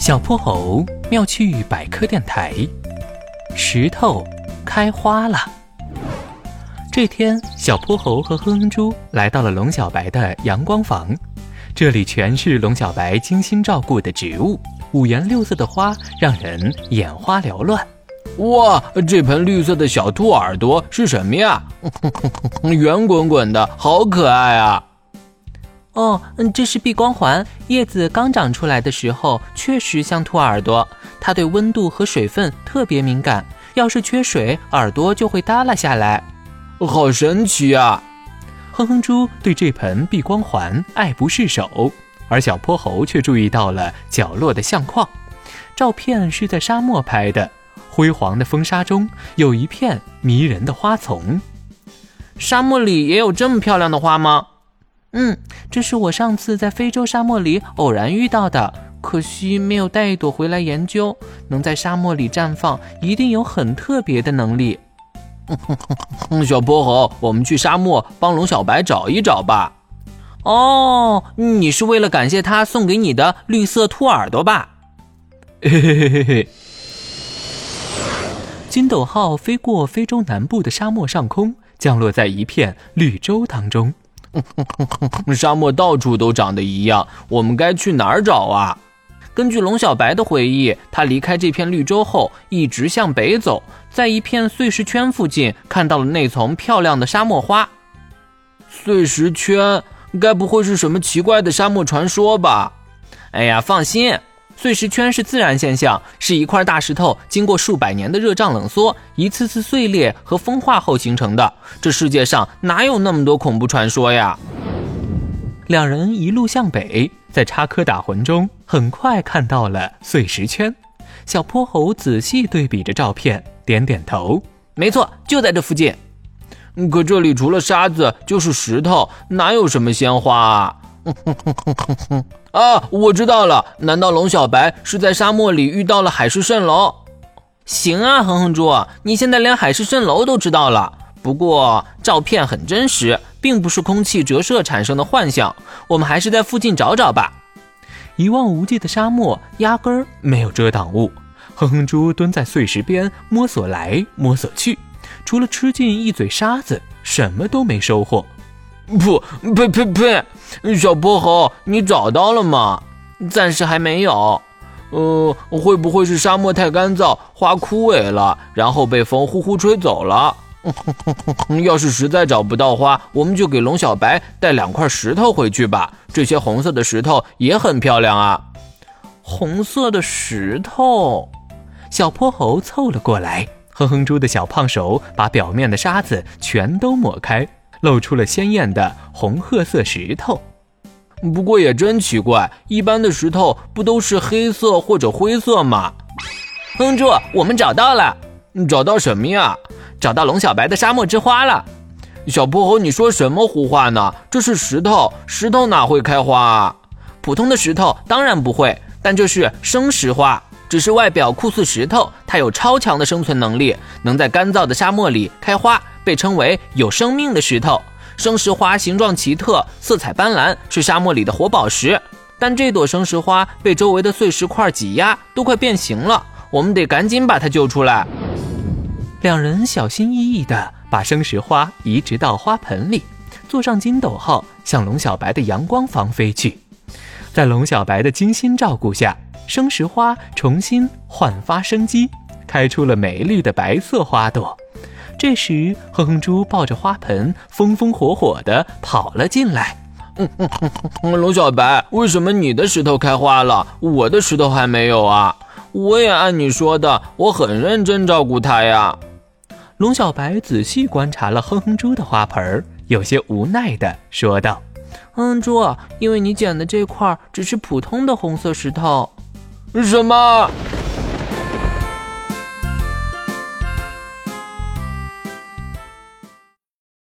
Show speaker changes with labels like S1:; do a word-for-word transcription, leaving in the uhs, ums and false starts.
S1: 小泼猴妙趣百科电台，石头开花了。这天，小泼猴和哼哼猪来到了龙小白的阳光房，这里全是龙小白精心照顾的植物，五颜六色的花让人眼花缭乱。
S2: 哇，这盆绿色的小兔耳朵是什么呀？圆滚滚的，好可爱啊！
S3: 哦，这是碧光环，叶子刚长出来的时候确实像兔耳朵，它对温度和水分特别敏感，要是缺水，耳朵就会耷拉下来。
S2: 好神奇啊！
S1: 哼哼猪对这盆碧光环爱不释手，而小泼猴却注意到了角落的相框，照片是在沙漠拍的，辉煌的风沙中有一片迷人的花丛。
S3: 沙漠里也有这么漂亮的花吗？嗯，这是我上次在非洲沙漠里偶然遇到的，可惜没有带一朵回来研究。能在沙漠里绽放，一定有很特别的能力。
S2: 小泼猴，我们去沙漠帮龙小白找一找吧。
S3: 哦，你是为了感谢他送给你的绿色兔耳朵吧？
S1: 嘿嘿嘿嘿嘿。金斗号飞过非洲南部的沙漠上空，降落在一片绿洲当中。
S2: 沙漠到处都长得一样，我们该去哪儿找啊？
S3: 根据龙小白的回忆，他离开这片绿洲后一直向北走，在一片碎石圈附近看到了那丛漂亮的沙漠花。
S2: 碎石圈，该不会是什么奇怪的沙漠传说吧？
S3: 哎呀，放心，碎石圈是自然现象，是一块大石头经过数百年的热胀冷缩，一次次碎裂和风化后形成的。这世界上哪有那么多恐怖传说呀？
S1: 两人一路向北，在插科打诨中很快看到了碎石圈。小泼猴仔细对比着照片，点点头，
S3: 没错，就在这附近。
S2: 可这里除了沙子就是石头，哪有什么鲜花啊？啊，我知道了，难道龙小白是在沙漠里遇到了海市蜃楼？
S3: 行啊，哼哼猪，你现在连海市蜃楼都知道了。不过照片很真实，并不是空气折射产生的幻象，我们还是在附近找找吧。
S1: 一望无际的沙漠压根儿没有遮挡物，哼哼猪蹲在碎石边摸索来摸索去，除了吃进一嘴沙子，什么都没收获。
S2: 不，呸呸呸！小泼猴，你找到了吗？
S3: 暂时还没有。
S2: 呃，会不会是沙漠太干燥，花枯萎了，然后被风呼呼吹走了？要是实在找不到花，我们就给龙小白带两块石头回去吧。这些红色的石头也很漂亮啊。
S3: 红色的石头，
S1: 小泼猴凑了过来，哼哼猪的小胖手把表面的沙子全都抹开，露出了鲜艳的红褐色石头。
S2: 不过也真奇怪，一般的石头不都是黑色或者灰色吗？
S3: 哼哼猪，我们找到了。
S2: 找到什么呀？
S3: 找到龙小白的沙漠之花了。
S2: 小泼猴，你说什么胡话呢？这是石头，石头哪会开花啊？
S3: 普通的石头当然不会，但这是生石花，只是外表酷似石头，它有超强的生存能力，能在干燥的沙漠里开花，被称为有生命的石头。生石花形状奇特，色彩斑斓，是沙漠里的活宝石。但这朵生石花被周围的碎石块挤压，都快变形了，我们得赶紧把它救出来。
S1: 两人小心翼翼地把生石花移植到花盆里，坐上金斗号向龙小白的阳光房飞去。在龙小白的精心照顾下，生石花重新焕发生机，开出了美丽的白色花朵。这时，哼哼猪抱着花盆风风火火地跑了进来。
S2: 嗯嗯嗯、龙小白，为什么你的石头开花了，我的石头还没有啊？我也按你说的，我很认真照顾它呀。
S1: 龙小白仔细观察了哼哼猪的花盆，有些无奈地说道：
S3: 哼哼猪，因为你捡的这块只是普通的红色石头。
S2: 什么？